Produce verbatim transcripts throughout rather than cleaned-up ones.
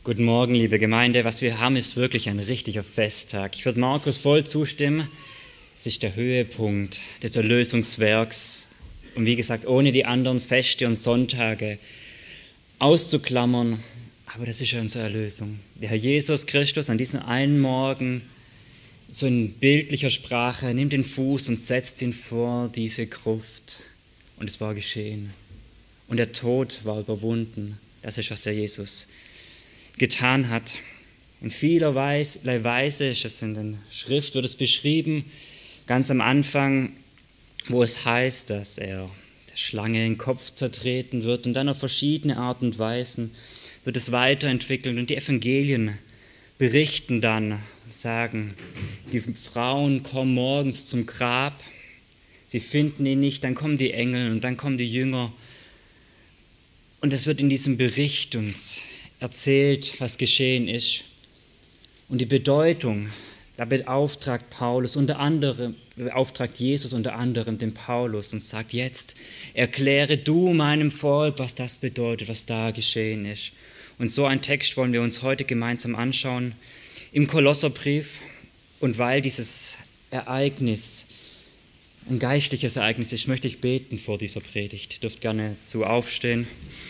Guten Morgen, liebe Gemeinde. Was wir haben, ist wirklich ein richtiger Festtag. Ich würde Markus voll zustimmen. Es ist der Höhepunkt des Erlösungswerks. Und wie gesagt, ohne die anderen Feste und Sonntage auszuklammern. Aber das ist ja unsere Erlösung. Der Herr Jesus Christus an diesem einen Morgen, so in bildlicher Sprache, nimmt den Fuß und setzt ihn vor diese Gruft. Und es war geschehen. Und der Tod war überwunden. Das ist, was der Jesus getan hat. In vieler Weise ist es in der Schrift, wird es beschrieben, ganz am Anfang, wo es heißt, dass er der Schlange den Kopf zertreten wird und dann auf verschiedene Art und Weisen wird es weiterentwickelt und die Evangelien berichten dann und sagen, die Frauen kommen morgens zum Grab, sie finden ihn nicht, dann kommen die Engel und dann kommen die Jünger und es wird in diesem Bericht uns erzählt, was geschehen ist. Und die Bedeutung, da beauftragt Paulus unter anderem, beauftragt Jesus unter anderem den Paulus und sagt, jetzt erkläre du meinem Volk, was das bedeutet, was da geschehen ist. Und so einen Text wollen wir uns heute gemeinsam anschauen im Kolosserbrief. Und weil dieses Ereignis ein geistliches Ereignis ist, möchte ich beten vor dieser Predigt. Ihr dürft gerne zu aufstehen.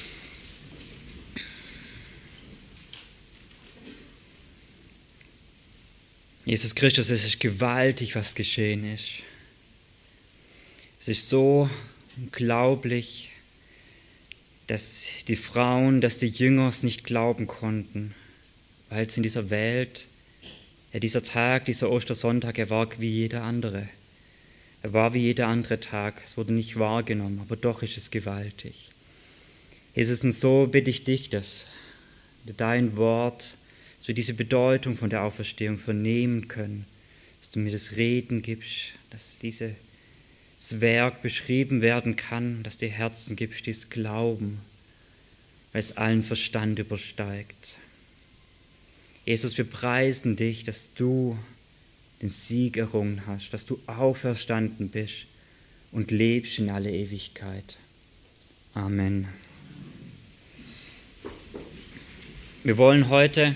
Jesus Christus, es ist gewaltig, was geschehen ist. Es ist so unglaublich, dass die Frauen, dass die Jünger es nicht glauben konnten, weil es in dieser Welt, ja, dieser Tag, dieser Ostersonntag, er war wie jeder andere. Er war wie jeder andere Tag. Es wurde nicht wahrgenommen, aber doch ist es gewaltig. Jesus, und so bitte ich dich, dass dein Wort, dass wir diese Bedeutung von der Auferstehung vernehmen können, dass du mir das Reden gibst, dass dieses Werk beschrieben werden kann, dass du Herzen gibst, die es glauben, weil es allen Verstand übersteigt. Jesus, wir preisen dich, dass du den Sieg errungen hast, dass du auferstanden bist und lebst in alle Ewigkeit. Amen. Wir wollen heute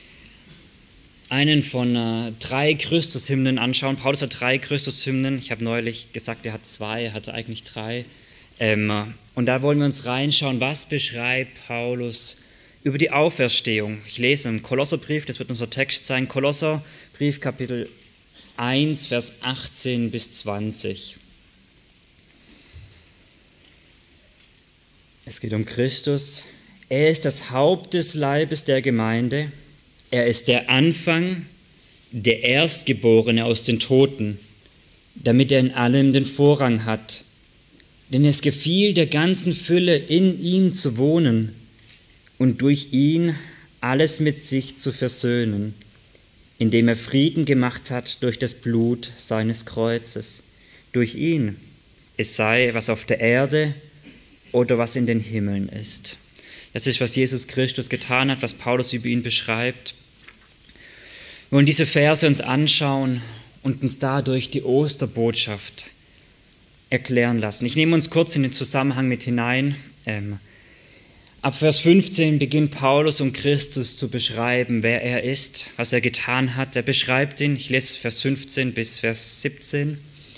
einen von äh, drei Christushymnen anschauen. Paulus hat drei Christushymnen. Ich habe neulich gesagt, er hat zwei, er hatte eigentlich drei. Ähm, und da wollen wir uns reinschauen, was beschreibt Paulus über die Auferstehung. Ich lese im Kolosserbrief, das wird unser Text sein, Kolosserbrief Kapitel eins, Vers achtzehn bis zwanzig. Es geht um Christus. Er ist das Haupt des Leibes der Gemeinde. Er ist der Anfang, der Erstgeborene aus den Toten, damit er in allem den Vorrang hat. Denn es gefiel der ganzen Fülle, in ihm zu wohnen und durch ihn alles mit sich zu versöhnen, indem er Frieden gemacht hat durch das Blut seines Kreuzes. Durch ihn, es sei, was auf der Erde oder was in den Himmeln ist. Das ist, was Jesus Christus getan hat, was Paulus über ihn beschreibt. Wir wollen diese Verse uns anschauen und uns dadurch die Osterbotschaft erklären lassen. Ich nehme uns kurz in den Zusammenhang mit hinein. Ähm, ab Vers fünfzehn beginnt Paulus, um Christus zu beschreiben, wer er ist, was er getan hat. Er beschreibt ihn, ich lese Vers fünfzehn bis Vers siebzehn.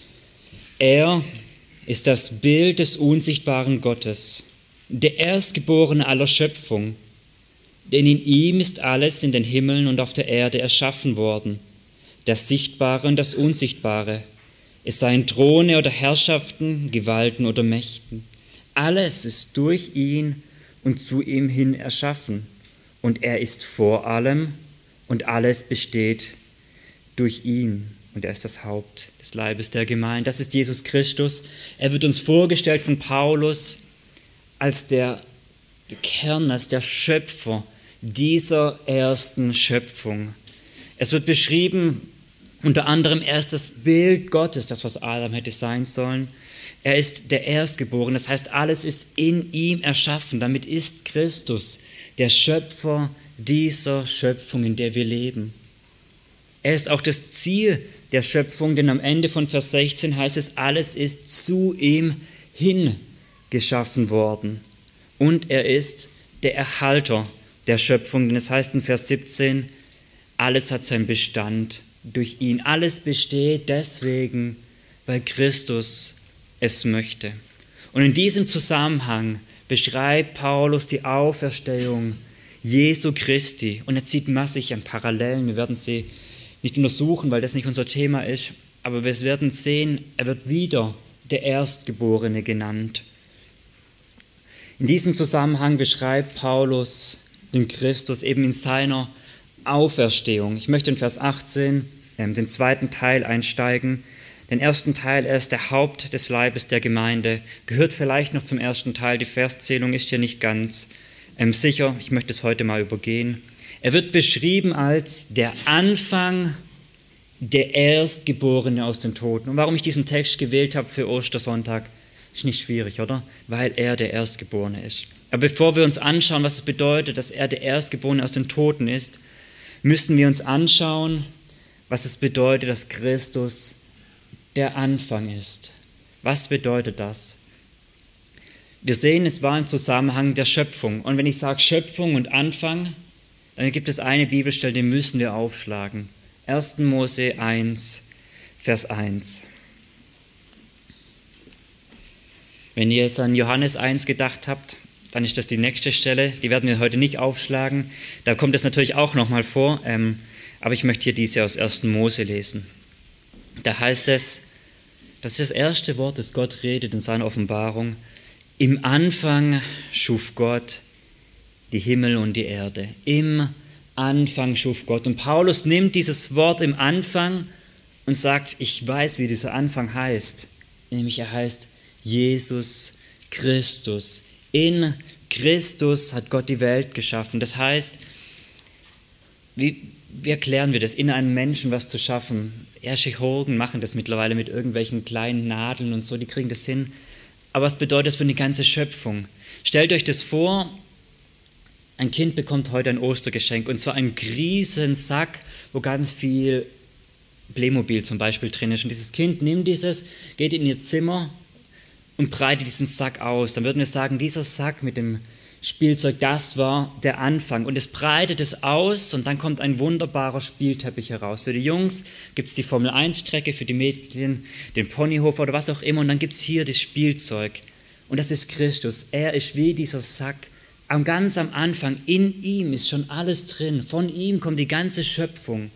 Er ist das Bild des unsichtbaren Gottes, der Erstgeborene aller Schöpfung, denn in ihm ist alles in den Himmeln und auf der Erde erschaffen worden, das Sichtbare und das Unsichtbare, es seien Throne oder Herrschaften, Gewalten oder Mächten. Alles ist durch ihn und zu ihm hin erschaffen, und er ist vor allem und alles besteht durch ihn. Und er ist das Haupt des Leibes der Gemeinde. Das ist Jesus Christus. Er wird uns vorgestellt von Paulus als der Kern, als der Schöpfer dieser ersten Schöpfung. Es wird beschrieben, unter anderem, er ist das Bild Gottes, das, was Adam hätte sein sollen. Er ist der Erstgeborene, das heißt, alles ist in ihm erschaffen. Damit ist Christus der Schöpfer dieser Schöpfung, in der wir leben. Er ist auch das Ziel der Schöpfung, denn am Ende von Vers sechzehn heißt es, alles ist zu ihm hin geschaffen worden. Und er ist der Erhalter der Schöpfung. Denn es heißt in Vers siebzehn, alles hat seinen Bestand durch ihn. Alles besteht deswegen, weil Christus es möchte. Und in diesem Zusammenhang beschreibt Paulus die Auferstehung Jesu Christi. Und er zieht massig an Parallelen. Wir werden sie nicht untersuchen, weil das nicht unser Thema ist. Aber wir werden sehen, er wird wieder der Erstgeborene genannt. In diesem Zusammenhang beschreibt Paulus den Christus eben in seiner Auferstehung. Ich möchte in Vers achtzehn, äh, den zweiten Teil einsteigen. Den ersten Teil, er ist der Haupt des Leibes der Gemeinde, gehört vielleicht noch zum ersten Teil. Die Verszählung ist hier nicht ganz ähm, sicher. Ich möchte es heute mal übergehen. Er wird beschrieben als der Anfang, der Erstgeborene aus den Toten. Und warum ich diesen Text gewählt habe für Ostersonntag, ist nicht schwierig, oder? Weil er der Erstgeborene ist. Aber bevor wir uns anschauen, was es bedeutet, dass er der Erstgeborene aus den Toten ist, müssen wir uns anschauen, was es bedeutet, dass Christus der Anfang ist. Was bedeutet das? Wir sehen, es war im Zusammenhang der Schöpfung. Und wenn ich sage Schöpfung und Anfang, dann gibt es eine Bibelstelle, die müssen wir aufschlagen. erster Mose eins, Vers eins. Wenn ihr jetzt an Johannes eins gedacht habt, dann ist das die nächste Stelle. Die werden wir heute nicht aufschlagen. Da kommt es natürlich auch nochmal vor, ähm, aber ich möchte hier diese aus erster Mose lesen. Da heißt es, das ist das erste Wort, das Gott redet in seiner Offenbarung. Im Anfang schuf Gott die Himmel und die Erde. Im Anfang schuf Gott. Und Paulus nimmt dieses Wort im Anfang und sagt, ich weiß, wie dieser Anfang heißt. Nämlich er heißt Jesus Christus. In Christus hat Gott die Welt geschaffen. Das heißt, wie, wie erklären wir das, in einem Menschen was zu schaffen? Ja, Chirurgen machen das mittlerweile mit irgendwelchen kleinen Nadeln und so, die kriegen das hin. Aber was bedeutet das für die ganze Schöpfung? Stellt euch das vor, ein Kind bekommt heute ein Ostergeschenk, und zwar einen riesen Sack, wo ganz viel Playmobil zum Beispiel drin ist. Und dieses Kind nimmt dieses, geht in ihr Zimmer und breitet diesen Sack aus. Dann würden wir sagen, dieser Sack mit dem Spielzeug, das war der Anfang. Und es breitet es aus und dann kommt ein wunderbarer Spielteppich heraus. Für die Jungs gibt es die Formel eins Strecke, für die Mädchen den Ponyhof oder was auch immer. Und dann gibt es hier das Spielzeug. Und das ist Christus. Er ist wie dieser Sack. Am ganz am Anfang, in ihm ist schon alles drin. Von ihm kommt die ganze Schöpfung.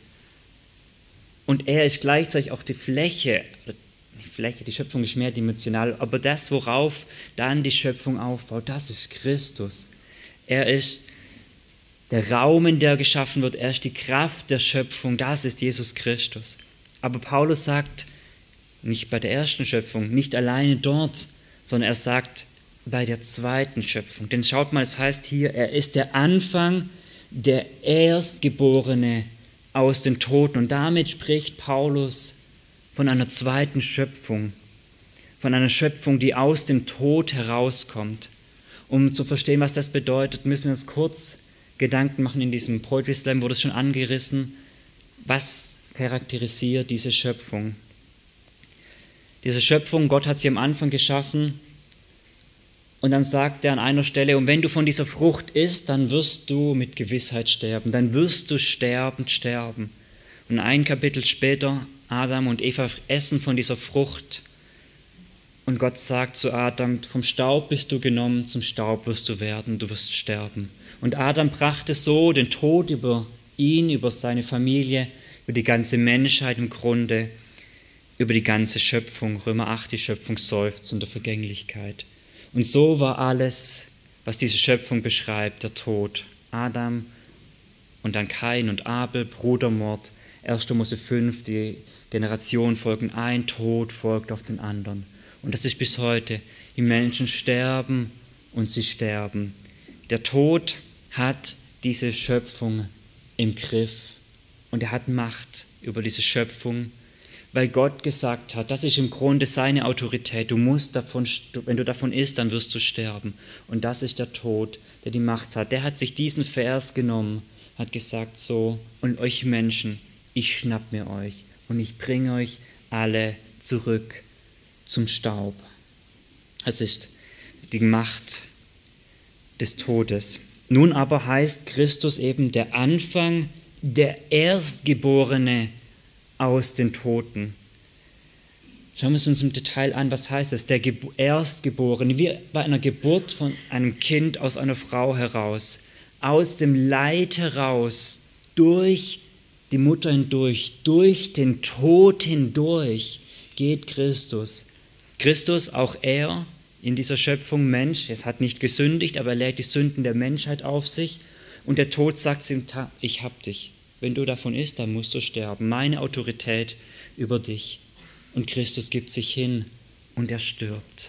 Und er ist gleichzeitig auch die Fläche, die Fläche, die Schöpfung ist mehrdimensional, aber das, worauf dann die Schöpfung aufbaut, das ist Christus. Er ist der Raum, in der geschaffen wird, er ist die Kraft der Schöpfung, das ist Jesus Christus. Aber Paulus sagt, nicht bei der ersten Schöpfung, nicht alleine dort, sondern er sagt, bei der zweiten Schöpfung. Denn schaut mal, es heißt hier, er ist der Anfang, der Erstgeborene aus den Toten. Und damit spricht Paulus von einer zweiten Schöpfung, von einer Schöpfung, die aus dem Tod herauskommt. Um zu verstehen, was das bedeutet, müssen wir uns kurz Gedanken machen. In diesem Poetry Slam wurde es schon angerissen. Was charakterisiert diese Schöpfung? Diese Schöpfung, Gott hat sie am Anfang geschaffen. Und dann sagt er an einer Stelle, und wenn du von dieser Frucht isst, dann wirst du mit Gewissheit sterben. Dann wirst du sterbend sterben. Und ein Kapitel später, Adam und Eva essen von dieser Frucht. Und Gott sagt zu Adam, vom Staub bist du genommen, zum Staub wirst du werden, du wirst sterben. Und Adam brachte so den Tod über ihn, über seine Familie, über die ganze Menschheit im Grunde, über die ganze Schöpfung. Römer acht, die Schöpfung seufzt unter Vergänglichkeit. Und so war alles, was diese Schöpfung beschreibt, der Tod. Adam und dann Kain und Abel, Brudermord. erster Mose fünf, die Generationen folgen ein, Tod folgt auf den anderen. Und das ist bis heute. Die Menschen sterben und sie sterben. Der Tod hat diese Schöpfung im Griff und er hat Macht über diese Schöpfung, weil Gott gesagt hat, das ist im Grunde seine Autorität. Du musst davon, wenn du davon isst, dann wirst du sterben. Und das ist der Tod, der die Macht hat. Der hat sich diesen Vers genommen, hat gesagt so, und euch Menschen, ich schnapp mir euch und ich bringe euch alle zurück zum Staub. Das ist die Macht des Todes. Nun aber heißt Christus eben der Anfang, der Erstgeborene aus den Toten. Schauen wir es uns im Detail an, was heißt das? Der Ge- Erstgeborene, wie bei einer Geburt von einem Kind aus einer Frau heraus, aus dem Leid heraus, durch die Mutter hindurch, durch den Tod hindurch geht Christus. Christus, auch er, in dieser Schöpfung Mensch, es hat nicht gesündigt, aber er lädt die Sünden der Menschheit auf sich und der Tod sagt zu ihm, ich hab dich. Wenn du davon isst, dann musst du sterben. Meine Autorität über dich. Und Christus gibt sich hin und er stirbt.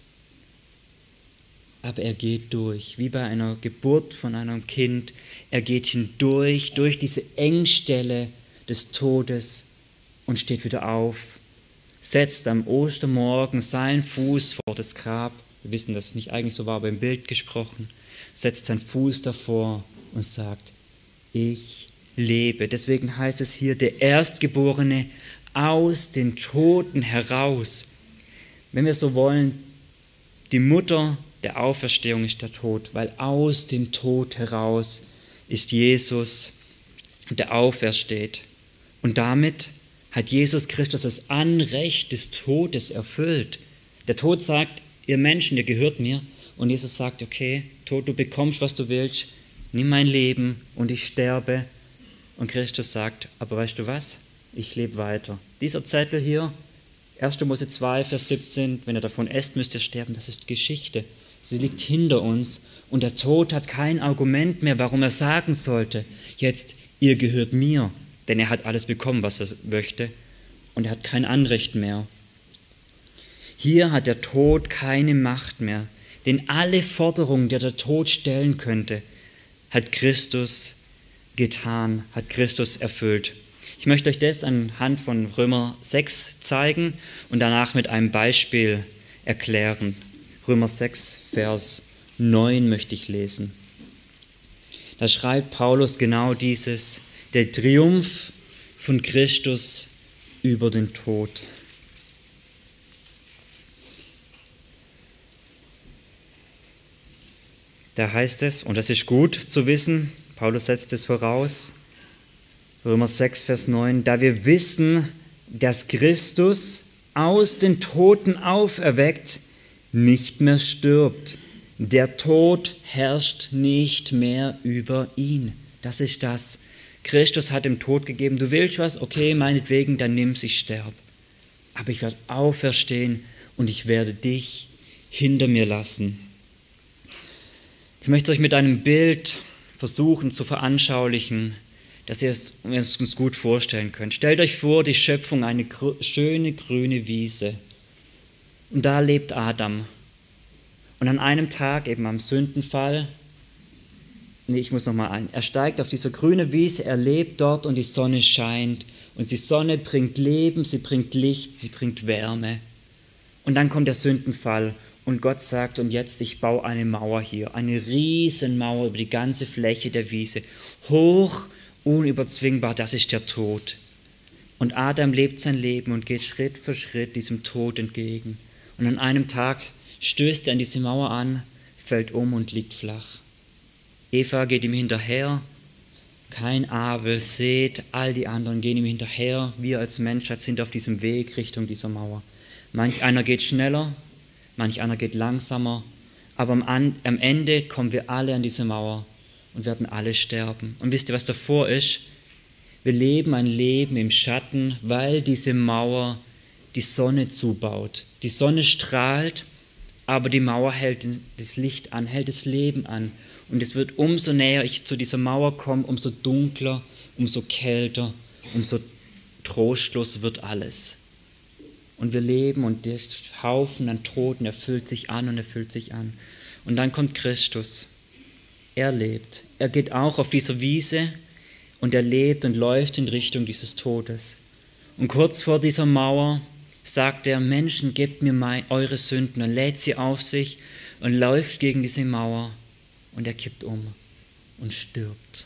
Aber er geht durch, wie bei einer Geburt von einem Kind. Er geht hindurch, durch diese Engstelle des Todes und steht wieder auf, setzt am Ostermorgen seinen Fuß vor das Grab. Wir wissen, dass es nicht eigentlich so war, aber im Bild gesprochen. Setzt seinen Fuß davor und sagt, ich lebe. Deswegen heißt es hier, der Erstgeborene aus den Toten heraus. Wenn wir so wollen, die Mutter der Auferstehung ist der Tod, weil aus dem Tod heraus ist Jesus, der aufersteht. Und damit hat Jesus Christus das Anrecht des Todes erfüllt. Der Tod sagt, ihr Menschen, ihr gehört mir. Und Jesus sagt, okay, Tod, du bekommst, was du willst, nimm mein Leben und ich sterbe. Und Christus sagt, aber weißt du was? Ich lebe weiter. Dieser Zettel hier, erster Mose zwei, Vers siebzehn, wenn ihr davon esst, müsst ihr sterben, das ist Geschichte. Sie liegt hinter uns und der Tod hat kein Argument mehr, warum er sagen sollte, jetzt, ihr gehört mir. Denn er hat alles bekommen, was er möchte, und er hat kein Anrecht mehr. Hier hat der Tod keine Macht mehr, denn alle Forderungen, die der Tod stellen könnte, hat Christus getan, hat Christus erfüllt. Ich möchte euch das anhand von Römer sechs zeigen und danach mit einem Beispiel erklären. Römer sechs, Vers neun möchte ich lesen. Da schreibt Paulus genau dieses: Der Triumph von Christus über den Tod. Da heißt es, und das ist gut zu wissen, Paulus setzt es voraus, Römer sechs, Vers neun, da wir wissen, dass Christus aus den Toten auferweckt, nicht mehr stirbt. Der Tod herrscht nicht mehr über ihn. Das ist das. Christus hat dem Tod gegeben, du willst was, okay, meinetwegen, dann nimm's, ich sterbe. Aber ich werde auferstehen und ich werde dich hinter mir lassen. Ich möchte euch mit einem Bild versuchen zu veranschaulichen, dass ihr es uns gut vorstellen könnt. Stellt euch vor, die Schöpfung, eine gr- schöne grüne Wiese. Und da lebt Adam. Und an einem Tag, eben am Sündenfall, Nee, ich muss nochmal ein. Er steigt auf diese grüne Wiese, er lebt dort und die Sonne scheint. Und die Sonne bringt Leben, sie bringt Licht, sie bringt Wärme. Und dann kommt der Sündenfall und Gott sagt, und jetzt, ich baue eine Mauer hier, eine riesen Mauer über die ganze Fläche der Wiese. Hoch, unüberzwingbar, das ist der Tod. Und Adam lebt sein Leben und geht Schritt für Schritt diesem Tod entgegen. Und an einem Tag stößt er an diese Mauer an, fällt um und liegt flach. Eva geht ihm hinterher, Kain, Abel, Seth, all die anderen gehen ihm hinterher. Wir als Menschheit sind auf diesem Weg Richtung dieser Mauer. Manch einer geht schneller, manch einer geht langsamer, aber am, am Ende kommen wir alle an diese Mauer und werden alle sterben. Und wisst ihr, was davor ist? Wir leben ein Leben im Schatten, weil diese Mauer die Sonne zubaut. Die Sonne strahlt, aber die Mauer hält das Licht an, hält das Leben an. Und es wird umso näher ich zu dieser Mauer komme, umso dunkler, umso kälter, umso trostloser wird alles. Und wir leben und der Haufen an Toten erfüllt sich an und erfüllt sich an. Und dann kommt Christus. Er lebt. Er geht auch auf dieser Wiese und er lebt und läuft in Richtung dieses Todes. Und kurz vor dieser Mauer sagt er, Menschen, gebt mir mein, eure Sünden, und lädt sie auf sich und läuft gegen diese Mauer. Und er kippt um und stirbt.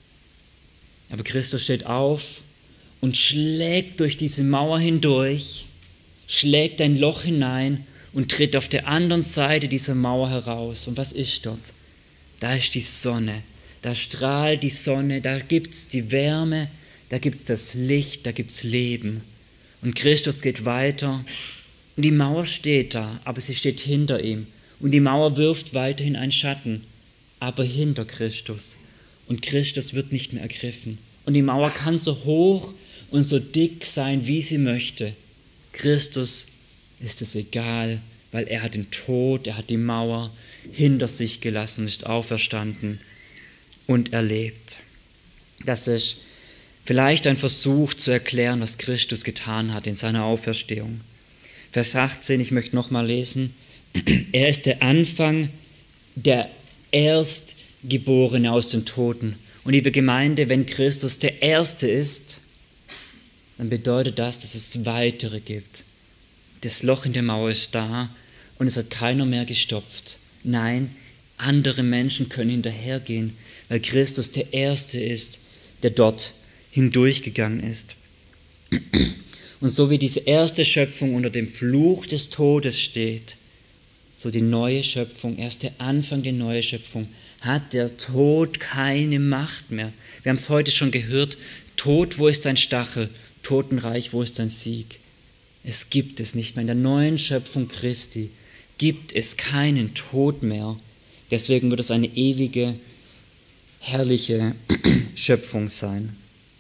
Aber Christus steht auf und schlägt durch diese Mauer hindurch, schlägt ein Loch hinein und tritt auf der anderen Seite dieser Mauer heraus. Und was ist dort? Da ist die Sonne, da strahlt die Sonne, da gibt es die Wärme, da gibt es das Licht, da gibt es Leben. Und Christus geht weiter und die Mauer steht da, aber sie steht hinter ihm. Und die Mauer wirft weiterhin einen Schatten, aber hinter Christus. Und Christus wird nicht mehr ergriffen. Und die Mauer kann so hoch und so dick sein, wie sie möchte. Christus ist es egal, weil er hat den Tod, er hat die Mauer hinter sich gelassen, ist auferstanden und erlebt. Das ist vielleicht ein Versuch zu erklären, was Christus getan hat in seiner Auferstehung. Vers achtzehn, ich möchte nochmal lesen. Er ist der Anfang, der Erstgeborene aus den Toten. Und liebe Gemeinde, wenn Christus der Erste ist, dann bedeutet das, dass es weitere gibt. Das Loch in der Mauer ist da und es hat keiner mehr gestopft. Nein, andere Menschen können hinterhergehen, weil Christus der Erste ist, der dort hindurchgegangen ist. Und so wie diese erste Schöpfung unter dem Fluch des Todes steht, so die neue Schöpfung, erst der Anfang der neuen Schöpfung, hat der Tod keine Macht mehr. Wir haben es heute schon gehört, Tod, wo ist dein Stachel? Totenreich, wo ist dein Sieg? Es gibt es nicht mehr. In der neuen Schöpfung Christi gibt es keinen Tod mehr. Deswegen wird es eine ewige, herrliche Schöpfung sein.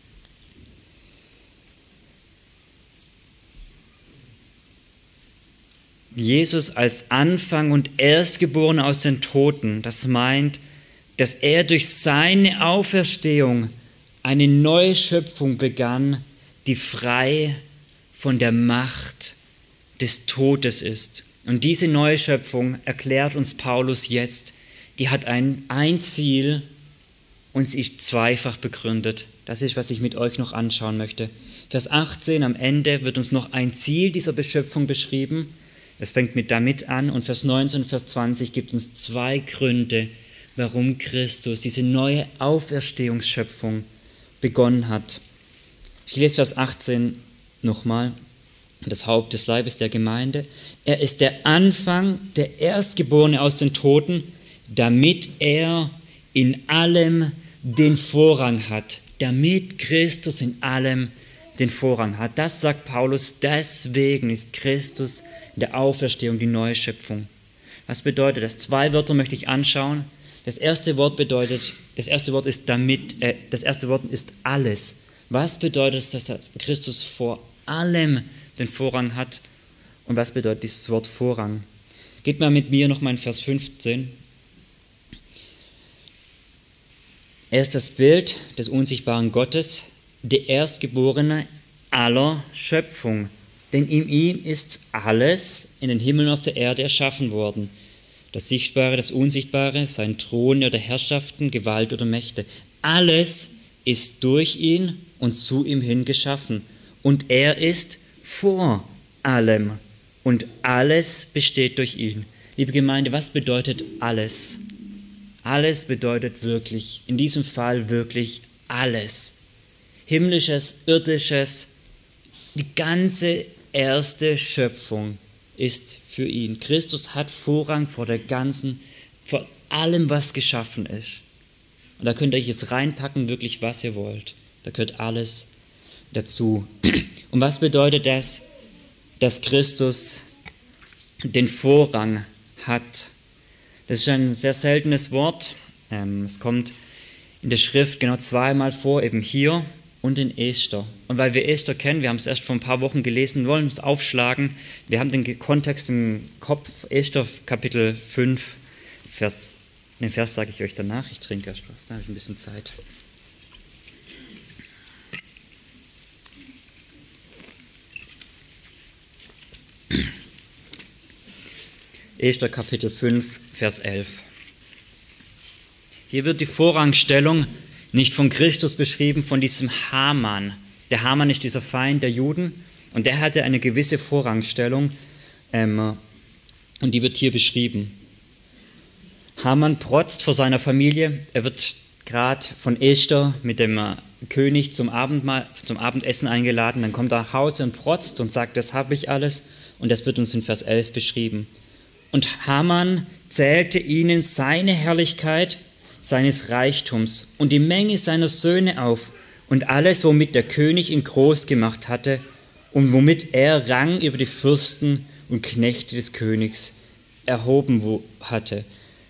Jesus als Anfang und Erstgeborener aus den Toten, das meint, dass er durch seine Auferstehung eine neue Schöpfung begann, die frei von der Macht des Todes ist. Und diese neue Schöpfung erklärt uns Paulus jetzt, die hat ein, ein Ziel und sie ist zweifach begründet. Das ist, was ich mit euch noch anschauen möchte. Vers achtzehn, am Ende wird uns noch ein Ziel dieser Schöpfung beschrieben. Es fängt mit damit an und Vers neunzehn und Vers zwanzig gibt uns zwei Gründe, warum Christus diese neue Auferstehungsschöpfung begonnen hat. Ich lese Vers achtzehn nochmal. Das Haupt des Leibes der Gemeinde. Er ist der Anfang, der Erstgeborene aus den Toten, damit er in allem den Vorrang hat. Damit Christus in allem den Vorrang hat. Das sagt Paulus, deswegen ist Christus in der Auferstehung die neue Schöpfung. Was bedeutet das? Zwei Wörter möchte ich anschauen. Das erste Wort bedeutet, das erste Wort ist damit, äh, das erste Wort ist alles. Was bedeutet es, dass Christus vor allem den Vorrang hat? Und was bedeutet dieses Wort Vorrang? Geht mal mit mir nochmal in Vers fünfzehn. Er ist das Bild des unsichtbaren Gottes, der Erstgeborene aller Schöpfung. Denn in ihm ist alles in den Himmel und auf der Erde erschaffen worden. Das Sichtbare, das Unsichtbare, sein Thron oder Herrschaften, Gewalt oder Mächte. Alles ist durch ihn und zu ihm hin geschaffen. Und er ist vor allem. Und alles besteht durch ihn. Liebe Gemeinde, was bedeutet alles? Alles bedeutet wirklich, in diesem Fall wirklich alles. Himmlisches, irdisches, die ganze erste Schöpfung ist für ihn. Christus hat Vorrang vor der ganzen, vor allem, was geschaffen ist. Und da könnt ihr euch jetzt reinpacken, wirklich, was ihr wollt. Da gehört alles dazu. Und was bedeutet das, dass Christus den Vorrang hat? Das ist ein sehr seltenes Wort. Es kommt in der Schrift genau zweimal vor, eben hier und in Esther. Und weil wir Esther kennen, wir haben es erst vor ein paar Wochen gelesen, wollen uns aufschlagen. Wir haben den Kontext im Kopf, Esther Kapitel fünf, Vers, den Vers sage ich euch danach, ich trinke erst was, da habe ich ein bisschen Zeit. Esther Kapitel fünf, Vers elf. Hier wird die Vorrangstellung nicht von Christus beschrieben, von diesem Haman. Der Haman ist dieser Feind der Juden und der hatte eine gewisse Vorrangstellung ähm, und die wird hier beschrieben. Haman protzt vor seiner Familie, er wird gerade von Esther mit dem äh, König zum Abendmahl, zum Abendessen eingeladen, dann kommt er nach Hause und protzt und sagt, das habe ich alles und das wird uns in Vers elf beschrieben. Und Haman zählte ihnen seine Herrlichkeit seines Reichtums und die Menge seiner Söhne auf und alles, womit der König ihn groß gemacht hatte und womit er Rang über die Fürsten und Knechte des Königs erhoben hatte.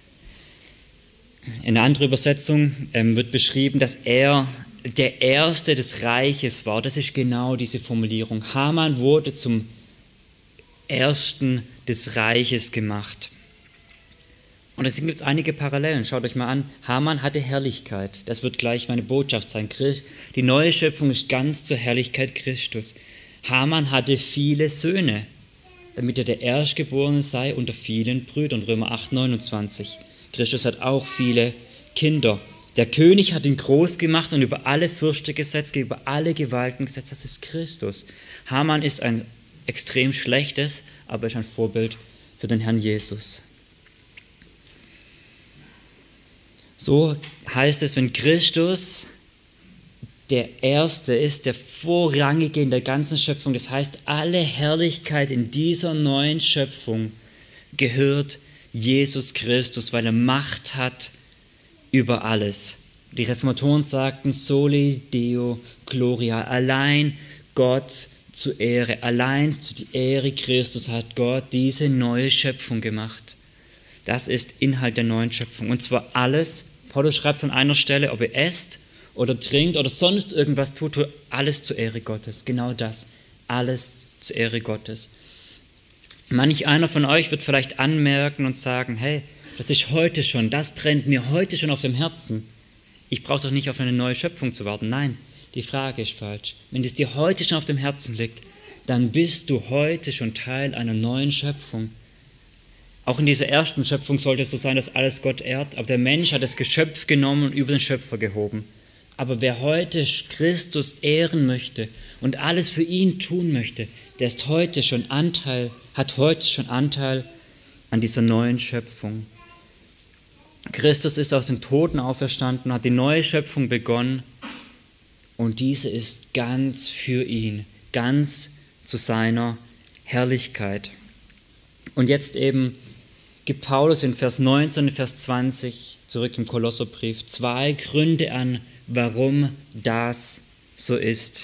In einer anderen Übersetzung ähm, wird beschrieben, dass er der Erste des Reiches war. Das ist genau diese Formulierung. Haman wurde zum Ersten des Reiches gemacht. Und es gibt einige Parallelen. Schaut euch mal an. Haman hatte Herrlichkeit. Das wird gleich meine Botschaft sein. Die neue Schöpfung ist ganz zur Herrlichkeit Christus. Haman hatte viele Söhne, damit er der Erstgeborene sei unter vielen Brüdern. Römer acht, neunundzwanzig. Christus hat auch viele Kinder. Der König hat ihn groß gemacht und über alle Fürsten gesetzt, über alle Gewalten gesetzt. Das ist Christus. Haman ist ein extrem schlechtes, aber ist ein Vorbild für den Herrn Jesus. So heißt es, wenn Christus der Erste ist, der Vorrangige in der ganzen Schöpfung, das heißt, alle Herrlichkeit in dieser neuen Schöpfung gehört Jesus Christus, weil er Macht hat über alles. Die Reformatoren sagten, soli Deo gloria, allein Gott zur Ehre, allein zu die Ehre Christus hat Gott diese neue Schöpfung gemacht. Das ist Inhalt der neuen Schöpfung. Und zwar alles, Paulus schreibt es an einer Stelle, ob ihr esst oder trinkt oder sonst irgendwas tut, tut alles zur Ehre Gottes. Genau das, alles zur Ehre Gottes. Manch einer von euch wird vielleicht anmerken und sagen, hey, das ist heute schon, das brennt mir heute schon auf dem Herzen. Ich brauche doch nicht auf eine neue Schöpfung zu warten. Nein, die Frage ist falsch. Wenn es dir heute schon auf dem Herzen liegt, dann bist du heute schon Teil einer neuen Schöpfung. Auch in dieser ersten Schöpfung sollte es so sein, dass alles Gott ehrt, aber der Mensch hat das Geschöpf genommen und über den Schöpfer gehoben. Aber wer heute Christus ehren möchte und alles für ihn tun möchte, der ist heute schon Anteil, hat heute schon Anteil an dieser neuen Schöpfung. Christus ist aus den Toten auferstanden, hat die neue Schöpfung begonnen und diese ist ganz für ihn, ganz zu seiner Herrlichkeit. Und jetzt eben gibt Paulus in Vers neunzehn und Vers zwanzig zurück im Kolosserbrief zwei Gründe an, warum das so ist.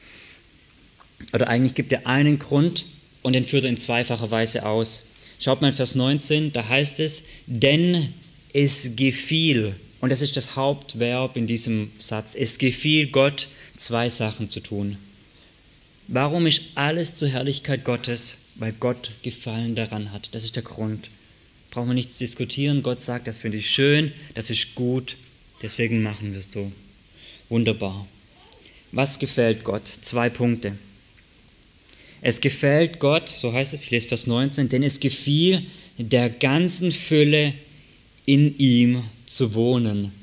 Oder eigentlich gibt er einen Grund und den führt er in zweifacher Weise aus. Schaut mal in Vers neunzehn, da heißt es, denn es gefiel, und das ist das Hauptverb in diesem Satz, es gefiel Gott, zwei Sachen zu tun. Warum ist alles zur Herrlichkeit Gottes? Weil Gott Gefallen daran hat. Das ist der Grund. Brauchen wir nichts diskutieren. Gott sagt, das finde ich schön, das ist gut, deswegen machen wir es so. Wunderbar. Was gefällt Gott? Zwei Punkte. Es gefällt Gott, so heißt es, ich lese Vers neunzehn, denn es gefiel der ganzen Fülle in ihm zu wohnen.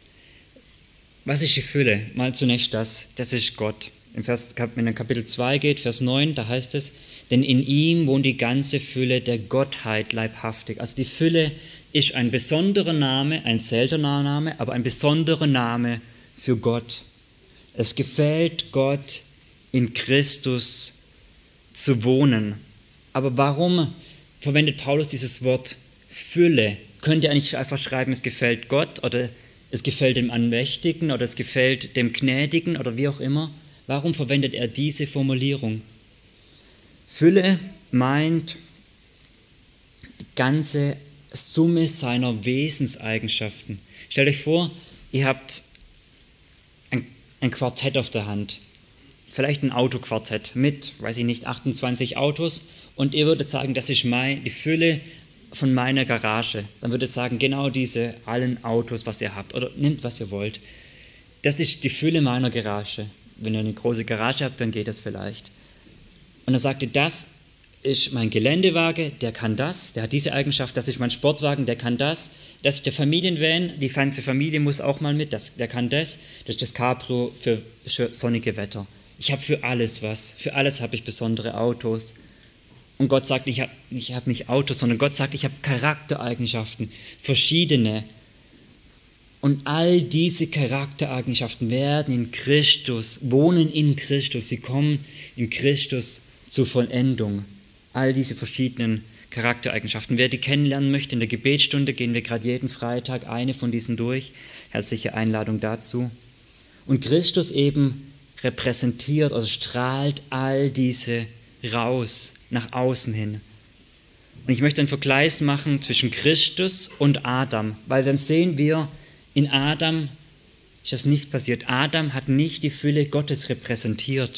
Was ist die Fülle? Mal zunächst das, das ist Gott. In Vers, wenn in Kapitel zwei geht, Vers neun, da heißt es, denn in ihm wohnt die ganze Fülle der Gottheit leibhaftig. Also die Fülle ist ein besonderer Name, ein seltener Name, aber ein besonderer Name für Gott. Es gefällt Gott, in Christus zu wohnen. Aber warum verwendet Paulus dieses Wort Fülle? Könnt ihr eigentlich einfach schreiben, es gefällt Gott oder es gefällt dem Allmächtigen oder es gefällt dem Gnädigen oder wie auch immer? Warum verwendet er diese Formulierung? Fülle meint die ganze Summe seiner Wesenseigenschaften. Stellt euch vor, ihr habt ein, ein Quartett auf der Hand. Vielleicht ein Autoquartett mit, weiß ich nicht, achtundzwanzig Autos und ihr würdet sagen, das ist mein, die Fülle von meiner Garage. Dann würdet ihr sagen, genau diese allen Autos, was ihr habt oder nehmt, was ihr wollt. Das ist die Fülle meiner Garage. Wenn ihr eine große Garage habt, dann geht das vielleicht. Und dann sagt ihr, das ist mein Geländewagen, der kann das, der hat diese Eigenschaft, das ist mein Sportwagen, der kann das, das ist der Familienvan, die ganze Familie muss auch mal mit, das, der kann das, das ist das Cabrio für sonnige Wetter. Ich habe für alles was, für alles habe ich besondere Autos. Und Gott sagt, ich habe ich hab nicht Autos, sondern Gott sagt, ich habe Charaktereigenschaften, verschiedene. Und all diese Charaktereigenschaften werden in Christus, wohnen in Christus, sie kommen in Christus zur Vollendung. All diese verschiedenen Charaktereigenschaften. Wer die kennenlernen möchte, in der Gebetsstunde gehen wir gerade jeden Freitag eine von diesen durch. Herzliche Einladung dazu. Und Christus eben repräsentiert, also strahlt all diese raus, nach außen hin. Und ich möchte einen Vergleich machen zwischen Christus und Adam, weil dann sehen wir, in Adam ist das nicht passiert. Adam hat nicht die Fülle Gottes repräsentiert.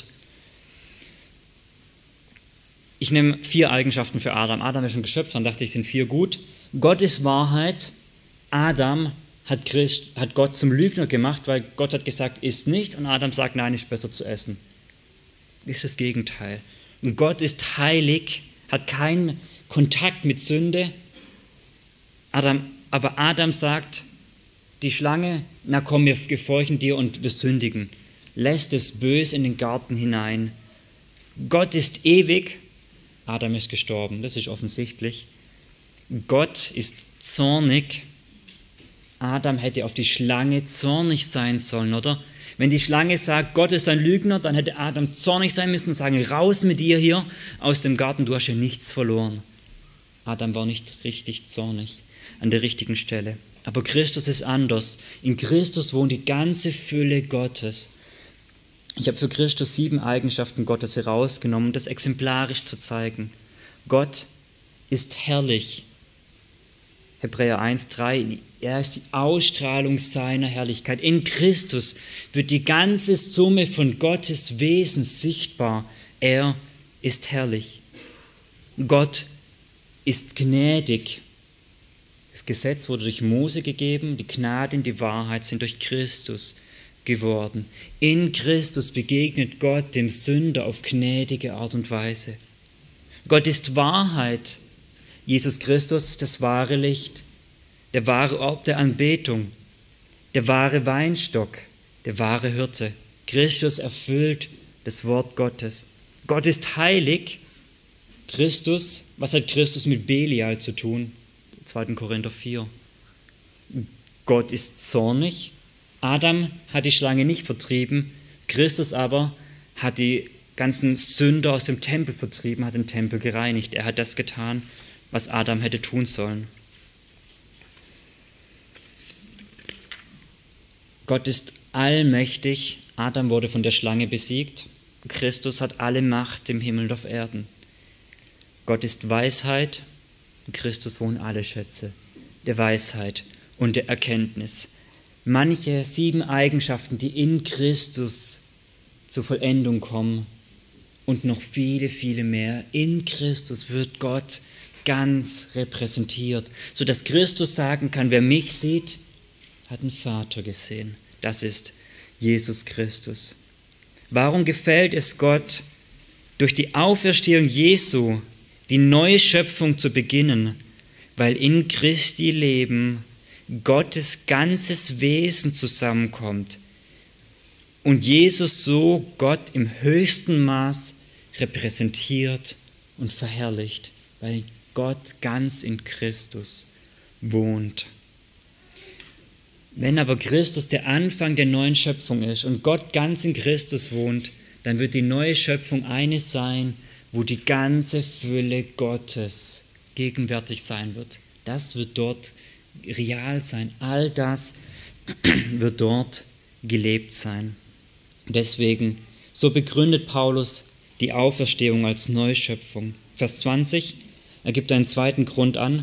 Ich nehme vier Eigenschaften für Adam. Adam ist ein Geschöpf, dann dachte ich, sind vier gut. Gott ist Wahrheit. Adam hat, Christ, hat Gott zum Lügner gemacht, weil Gott hat gesagt, isst nicht. Und Adam sagt, nein, ist besser zu essen. Das ist das Gegenteil. Und Gott ist heilig, hat keinen Kontakt mit Sünde. Adam, aber Adam sagt, die Schlange, na komm, wir gehorchen dir und wir sündigen. Lässt das Böse in den Garten hinein. Gott ist ewig. Adam ist gestorben, das ist offensichtlich. Gott ist zornig. Adam hätte auf die Schlange zornig sein sollen, oder? Wenn die Schlange sagt, Gott ist ein Lügner, dann hätte Adam zornig sein müssen und sagen, raus mit dir hier aus dem Garten, du hast ja nichts verloren. Adam war nicht richtig zornig an der richtigen Stelle. Aber Christus ist anders. In Christus wohnt die ganze Fülle Gottes. Ich habe für Christus sieben Eigenschaften Gottes herausgenommen, um das exemplarisch zu zeigen. Gott ist herrlich. Hebräer eins, drei, er ist die Ausstrahlung seiner Herrlichkeit. In Christus wird die ganze Summe von Gottes Wesen sichtbar. Er ist herrlich. Gott ist gnädig. Das Gesetz wurde durch Mose gegeben, die Gnade und die Wahrheit sind durch Christus geworden. In Christus begegnet Gott dem Sünder auf gnädige Art und Weise. Gott ist Wahrheit. Jesus Christus, das wahre Licht, der wahre Ort der Anbetung, der wahre Weinstock, der wahre Hirte. Christus erfüllt das Wort Gottes. Gott ist heilig. Christus, was hat Christus mit Belial zu tun? zweiter Korinther vier. Gott ist zornig. Adam hat die Schlange nicht vertrieben, Christus aber hat die ganzen Sünder aus dem Tempel vertrieben, hat den Tempel gereinigt. Er hat das getan, was Adam hätte tun sollen. Gott ist allmächtig. Adam wurde von der Schlange besiegt. Christus hat alle Macht im Himmel und auf Erden. Gott ist Weisheit. In Christus wohnen alle Schätze der Weisheit und der Erkenntnis. Manche sieben Eigenschaften, die in Christus zur Vollendung kommen und noch viele, viele mehr. In Christus wird Gott ganz repräsentiert, sodass Christus sagen kann, wer mich sieht, hat den Vater gesehen. Das ist Jesus Christus. Warum gefällt es Gott, durch die Auferstehung Jesu die neue Schöpfung zu beginnen? Weil in Christi Leben Gottes ganzes Wesen zusammenkommt und Jesus so Gott im höchsten Maß repräsentiert und verherrlicht, weil Gott ganz in Christus wohnt. Wenn aber Christus der Anfang der neuen Schöpfung ist und Gott ganz in Christus wohnt, dann wird die neue Schöpfung eine sein, wo die ganze Fülle Gottes gegenwärtig sein wird. Das wird dort real sein. All das wird dort gelebt sein. Deswegen, so begründet Paulus die Auferstehung als Neuschöpfung. Vers zwanzig, er gibt einen zweiten Grund an.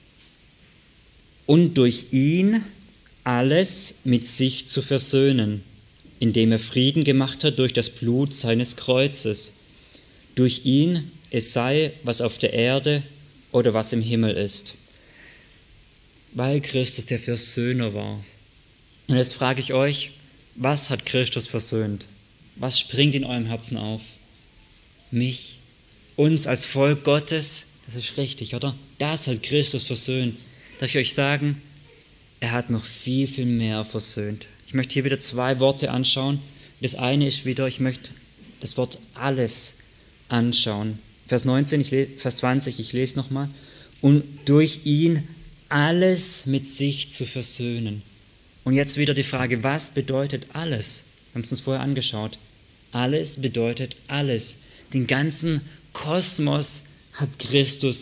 Und durch ihn alles mit sich zu versöhnen, indem er Frieden gemacht hat durch das Blut seines Kreuzes. Durch ihn, es sei, was auf der Erde oder was im Himmel ist. Weil Christus der Versöhner war. Und jetzt frage ich euch, was hat Christus versöhnt? Was springt in eurem Herzen auf? Mich, uns als Volk Gottes, das ist richtig, oder? Das hat Christus versöhnt. Darf ich euch sagen, er hat noch viel, viel mehr versöhnt. Ich möchte hier wieder zwei Worte anschauen. Das eine ist wieder, ich möchte das Wort alles anschauen. Vers neunzehn, ich lese, Vers zwanzig, ich lese nochmal. Und durch ihn alles mit sich zu versöhnen. Und jetzt wieder die Frage, was bedeutet alles? Wir haben es uns vorher angeschaut. Alles bedeutet alles. Den ganzen Kosmos hat Christus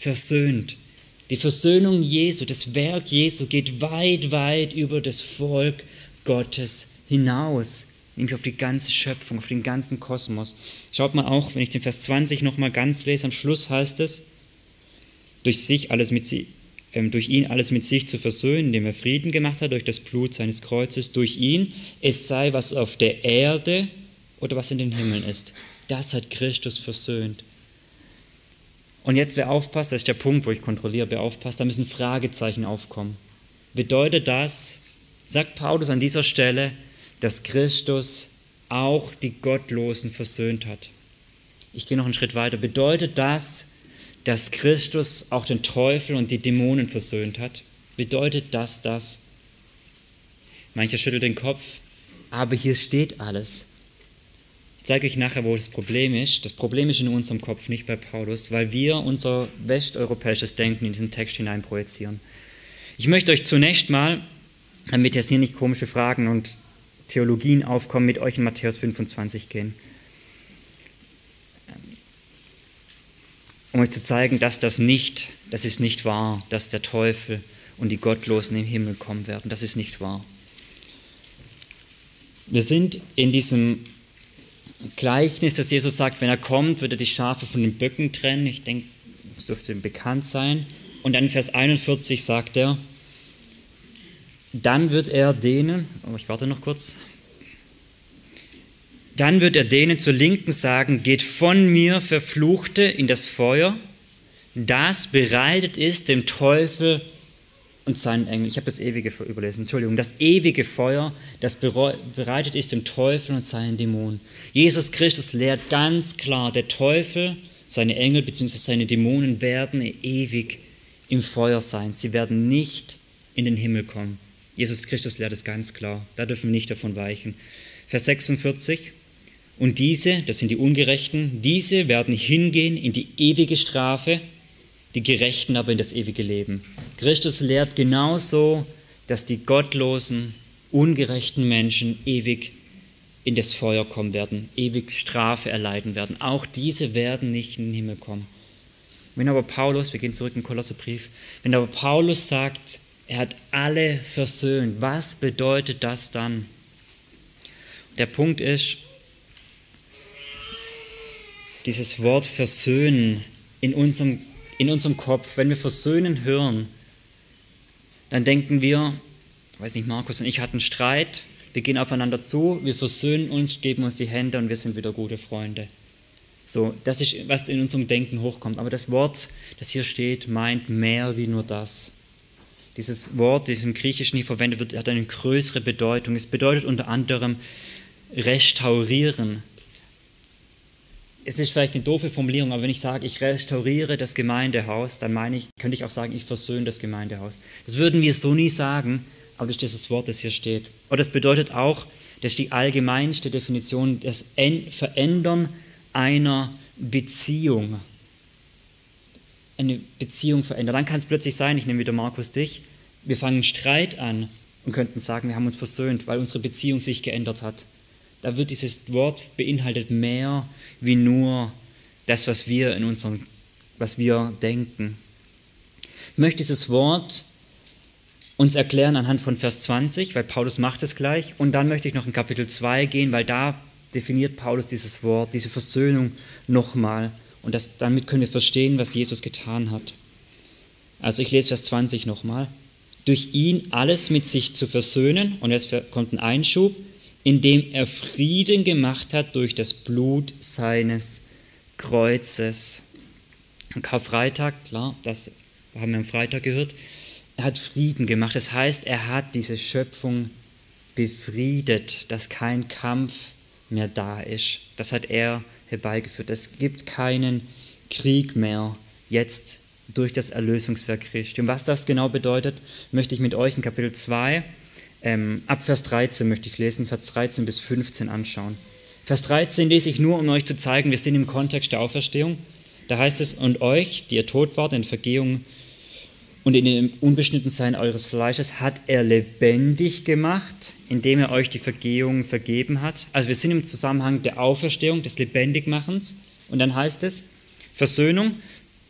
versöhnt. Die Versöhnung Jesu, das Werk Jesu geht weit, weit über das Volk Gottes hinaus, nämlich auf die ganze Schöpfung, auf den ganzen Kosmos. Schaut mal auch, wenn ich den Vers zwanzig nochmal ganz lese, am Schluss heißt es, durch sich alles mit sie, ähm, durch ihn alles mit sich zu versöhnen, indem er Frieden gemacht hat durch das Blut seines Kreuzes, durch ihn, es sei, was auf der Erde oder was in den Himmeln ist. Das hat Christus versöhnt. Und jetzt, wer aufpasst, das ist der Punkt, wo ich kontrolliere, wer aufpasst, da müssen Fragezeichen aufkommen. Bedeutet das, sagt Paulus an dieser Stelle, dass Christus auch die Gottlosen versöhnt hat? Ich gehe noch einen Schritt weiter. Bedeutet das, dass Christus auch den Teufel und die Dämonen versöhnt hat? Bedeutet das das? Mancher schüttelt den Kopf, aber hier steht alles. Ich zeige euch nachher, wo das Problem ist. Das Problem ist in unserem Kopf, nicht bei Paulus, weil wir unser westeuropäisches Denken in diesen Text hineinprojizieren. Ich möchte euch zunächst mal, damit jetzt hier nicht komische Fragen und Theologien aufkommen, mit euch in Matthäus fünfundzwanzig gehen. Um euch zu zeigen, dass das nicht, das ist nicht wahr, dass der Teufel und die Gottlosen im Himmel kommen werden. Das ist nicht wahr. Wir sind in diesem Gleichnis, dass Jesus sagt, wenn er kommt, wird er die Schafe von den Böcken trennen. Ich denke, das dürfte bekannt sein. Und dann in Vers einundvierzig sagt er, dann wird er denen, oh, ich warte noch kurz, dann wird er denen zur Linken sagen, geht von mir, Verfluchte, in das Feuer, das bereitet ist dem Teufel und seinen Engeln. Ich habe das ewige überlesen, Entschuldigung. Das ewige Feuer, das bereitet ist dem Teufel und seinen Dämonen. Jesus Christus lehrt ganz klar, der Teufel, seine Engel bzw. seine Dämonen werden ewig im Feuer sein. Sie werden nicht in den Himmel kommen. Jesus Christus lehrt es ganz klar. Da dürfen wir nicht davon weichen. Vers sechsundvierzig. Und diese, das sind die Ungerechten, diese werden hingehen in die ewige Strafe, die Gerechten aber in das ewige Leben. Christus lehrt genauso, dass die gottlosen, ungerechten Menschen ewig in das Feuer kommen werden, ewig Strafe erleiden werden. Auch diese werden nicht in den Himmel kommen. Wenn aber Paulus, wir gehen zurück in den Kolosserbrief, wenn aber Paulus sagt, er hat alle versöhnt, was bedeutet das dann? Der Punkt ist, dieses Wort versöhnen in unserem, in unserem Kopf, wenn wir versöhnen hören, dann denken wir, ich weiß nicht, Markus und ich hatten Streit, wir gehen aufeinander zu, wir versöhnen uns, geben uns die Hände und wir sind wieder gute Freunde. So, das ist, was in unserem Denken hochkommt. Aber das Wort, das hier steht, meint mehr wie nur das. Dieses Wort, das im Griechischen hier verwendet wird, hat eine größere Bedeutung. Es bedeutet unter anderem restaurieren. Es ist vielleicht eine doofe Formulierung, aber wenn ich sage, ich restauriere das Gemeindehaus, dann meine ich, könnte ich auch sagen, ich versöhne das Gemeindehaus. Das würden wir so nie sagen, aber das ist dieses Wort, das hier steht. Und das bedeutet auch, das ist die allgemeinste Definition, das Verändern einer Beziehung. Eine Beziehung verändern. Dann kann es plötzlich sein, ich nehme wieder Markus dich, wir fangen Streit an und könnten sagen, wir haben uns versöhnt, weil unsere Beziehung sich geändert hat. Da wird dieses Wort beinhaltet mehr wie nur das, was wir in unserem, was wir denken. Ich möchte dieses Wort uns erklären anhand von Vers zwanzig, weil Paulus macht es gleich. Und dann möchte ich noch in Kapitel zwei gehen, weil da definiert Paulus dieses Wort, diese Versöhnung nochmal. Und das, damit können wir verstehen, was Jesus getan hat. Also ich lese Vers zwanzig nochmal. Durch ihn alles mit sich zu versöhnen, und jetzt kommt ein Einschub, indem er Frieden gemacht hat durch das Blut seines Kreuzes. Am Karfreitag, klar, das haben wir am Freitag gehört, er hat Frieden gemacht. Das heißt, er hat diese Schöpfung befriedet, dass kein Kampf mehr da ist. Das hat er herbeigeführt. Es gibt keinen Krieg mehr jetzt durch das Erlösungswerk Christi. Und was das genau bedeutet, möchte ich mit euch in Kapitel zwei, ähm, ab Vers dreizehn möchte ich lesen, Vers dreizehn bis fünfzehn anschauen. Vers dreizehn lese ich nur, um euch zu zeigen, wir sind im Kontext der Auferstehung. Da heißt es, und euch, die ihr tot wart in Vergehung und in dem Unbeschnittensein eures Fleisches, hat er lebendig gemacht, indem er euch die Vergehung vergeben hat. Also wir sind im Zusammenhang der Auferstehung, des Lebendigmachens. Und dann heißt es, Versöhnung,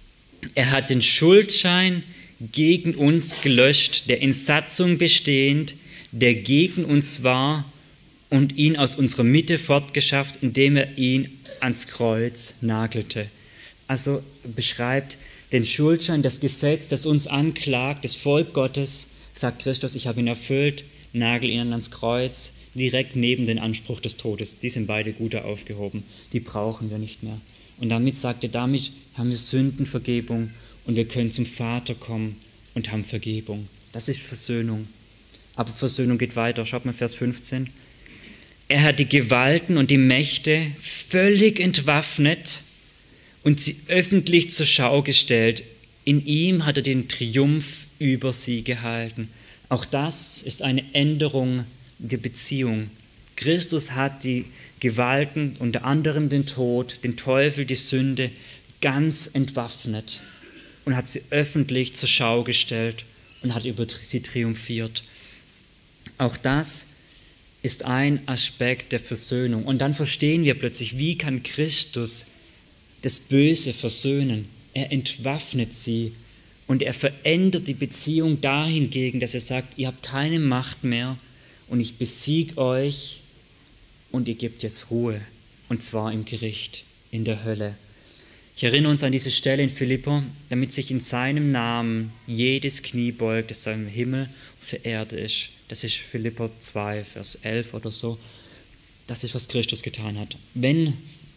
Er hat den Schuldschein gegen uns gelöscht, der in Satzung bestehend, der gegen uns war, und ihn aus unserer Mitte fortgeschafft, indem er ihn ans Kreuz nagelte. Also beschreibt den Schuldschein, das Gesetz, das uns anklagt, das Volk Gottes, sagt Christus, ich habe ihn erfüllt, nagel ihn ans Kreuz, direkt neben den Anspruch des Todes. Die sind beide gut aufgehoben, die brauchen wir nicht mehr. Und damit sagt er, damit haben wir Sündenvergebung und wir können zum Vater kommen und haben Vergebung. Das ist Versöhnung. Aber Versöhnung geht weiter. Schaut mal Vers fünfzehn. Er hat die Gewalten und die Mächte völlig entwaffnet und sie öffentlich zur Schau gestellt. In ihm hat er den Triumph über sie gehalten. Auch das ist eine Änderung der Beziehung. Christus hat die Gewalten, unter anderem den Tod, den Teufel, die Sünde, ganz entwaffnet und hat sie öffentlich zur Schau gestellt und hat über sie triumphiert. Auch das ist ein Aspekt der Versöhnung. Und dann verstehen wir plötzlich, wie kann Christus das Böse versöhnen? Er entwaffnet sie und er verändert die Beziehung dahingegen, dass er sagt, ihr habt keine Macht mehr und ich besiege euch und ihr gebt jetzt Ruhe, und zwar im Gericht, in der Hölle. Ich erinnere uns an diese Stelle in Philipper, damit sich in seinem Namen jedes Knie beugt, das im Himmel auf der Erde ist. Das ist Philipper zwei, Vers elf oder so. Das ist, was Christus getan hat. Wenn,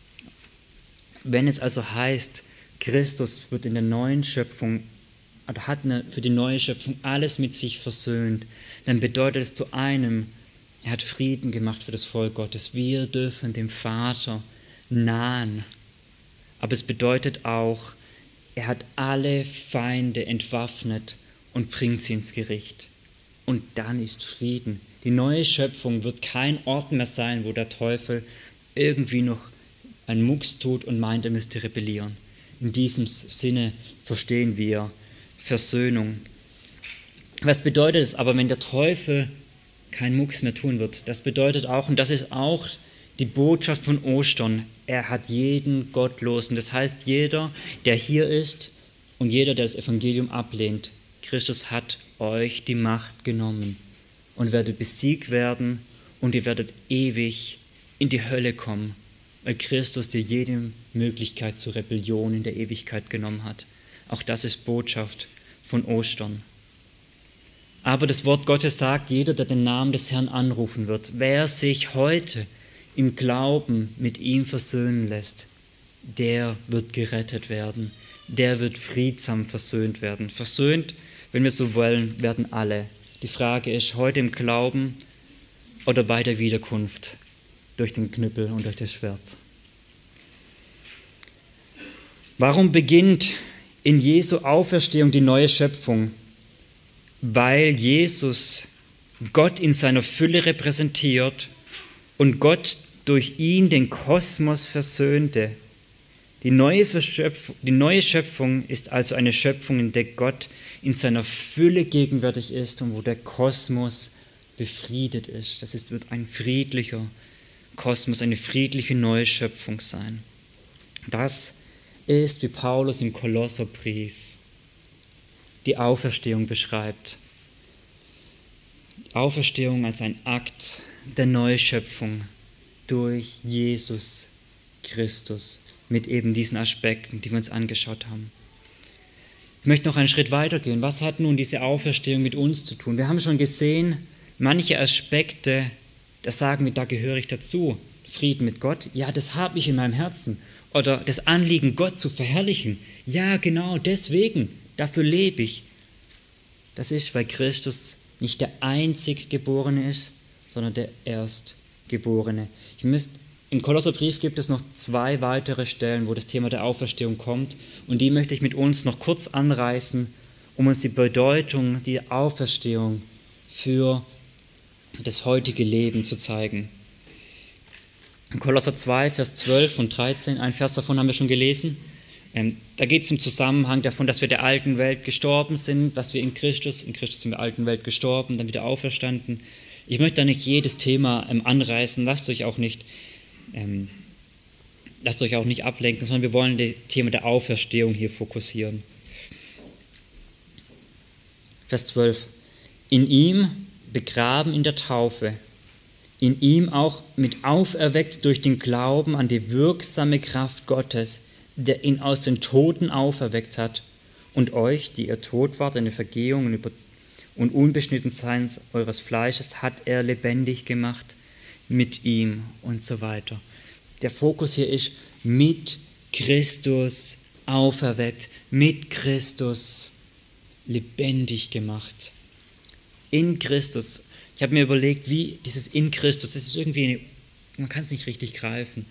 wenn es also heißt, Christus wird in der neuen Schöpfung, oder hat eine, für die neue Schöpfung alles mit sich versöhnt, dann bedeutet es zu einem, er hat Frieden gemacht für das Volk Gottes. Wir dürfen dem Vater nahen. Aber es bedeutet auch, er hat alle Feinde entwaffnet und bringt sie ins Gericht. Und dann ist Frieden. Die neue Schöpfung wird kein Ort mehr sein, wo der Teufel irgendwie noch einen Mucks tut und meint, er müsste rebellieren. In diesem Sinne verstehen wir Versöhnung. Was bedeutet es aber, wenn der Teufel keinen Mucks mehr tun wird? Das bedeutet auch, und das ist auch die Botschaft von Ostern, er hat jeden Gottlosen. Das heißt, jeder, der hier ist und jeder, der das Evangelium ablehnt, Christus hat euch die Macht genommen und werdet besiegt werden und ihr werdet ewig in die Hölle kommen, weil Christus dir jede Möglichkeit zur Rebellion in der Ewigkeit genommen hat. Auch das ist Botschaft von Ostern. Aber das Wort Gottes sagt, jeder, der den Namen des Herrn anrufen wird, wer sich heute im Glauben mit ihm versöhnen lässt, der wird gerettet werden, der wird friedsam versöhnt werden. Versöhnt, wenn wir so wollen, werden alle. Die Frage ist, heute im Glauben oder bei der Wiederkunft durch den Knüppel und durch das Schwert. Warum beginnt in Jesu Auferstehung die neue Schöpfung? Weil Jesus Gott in seiner Fülle repräsentiert und Gott durch ihn den Kosmos versöhnte. Die neue, die neue Schöpfung ist also eine Schöpfung, in der Gott in seiner Fülle gegenwärtig ist und wo der Kosmos befriedet ist. Das ist, wird ein friedlicher Kosmos, eine friedliche neue Schöpfung sein. Das ist, wie Paulus im Kolosserbrief die Auferstehung beschreibt. Die Auferstehung als ein Akt der Neuschöpfung durch Jesus Christus mit eben diesen Aspekten, die wir uns angeschaut haben. Ich möchte noch einen Schritt weiter gehen. Was hat nun diese Auferstehung mit uns zu tun? Wir haben schon gesehen, manche Aspekte, da sagen wir, da gehöre ich dazu. Frieden mit Gott, ja, das habe ich in meinem Herzen. Oder das Anliegen, Gott zu verherrlichen. Ja, genau, deswegen, dafür lebe ich. Das ist, weil Christus nicht der einzig Geborene ist, sondern der Erstgeborene. Ich müsste, im Kolosserbrief gibt es noch zwei weitere Stellen, wo das Thema der Auferstehung kommt. Und die möchte ich mit uns noch kurz anreißen, um uns die Bedeutung der Auferstehung für das heutige Leben zu zeigen. In Kolosser zwei, Vers zwölf und dreizehn, ein Vers davon haben wir schon gelesen. Ähm, da geht es im Zusammenhang davon, dass wir der alten Welt gestorben sind, was wir in Christus, in Christus sind wir der alten Welt gestorben, dann wieder auferstanden. Ich möchte da nicht jedes Thema ähm, anreißen, lasst euch auch nicht, ähm, lasst euch auch nicht ablenken, sondern wir wollen das Thema der Auferstehung hier fokussieren. Vers zwölf. In ihm begraben in der Taufe, in ihm auch mit auferweckt durch den Glauben an die wirksame Kraft Gottes, der ihn aus den Toten auferweckt hat und euch, die ihr tot wart in der Vergehung und, und Unbeschnittensein eures Fleisches, hat er lebendig gemacht mit ihm und so weiter. Der Fokus hier ist mit Christus auferweckt, mit Christus lebendig gemacht. In Christus. Ich habe mir überlegt, wie dieses in Christus, das ist irgendwie, eine, man kann es nicht richtig greifen.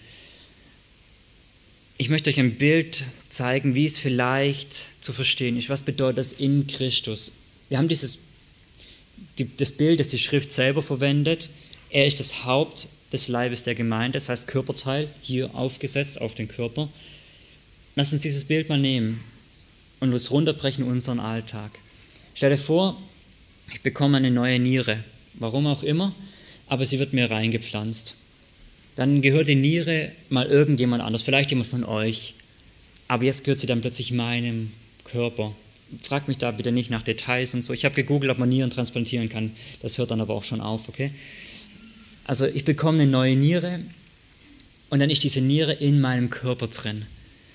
Ich möchte euch ein Bild zeigen, wie es vielleicht zu verstehen ist. Was bedeutet das in Christus? Wir haben dieses das Bild, das die Schrift selber verwendet. Er ist das Haupt des Leibes der Gemeinde, das heißt Körperteil, hier aufgesetzt auf den Körper. Lass uns dieses Bild mal nehmen und uns runterbrechen in unseren Alltag. Stell dir vor, ich bekomme eine neue Niere, warum auch immer, aber sie wird mir reingepflanzt. Dann gehört die Niere mal irgendjemand anders, vielleicht jemand von euch, aber jetzt gehört sie dann plötzlich meinem Körper. Fragt mich da bitte nicht nach Details und so. Ich habe gegoogelt, ob man Nieren transplantieren kann, das hört dann aber auch schon auf, okay? Also ich bekomme eine neue Niere und dann ist diese Niere in meinem Körper drin.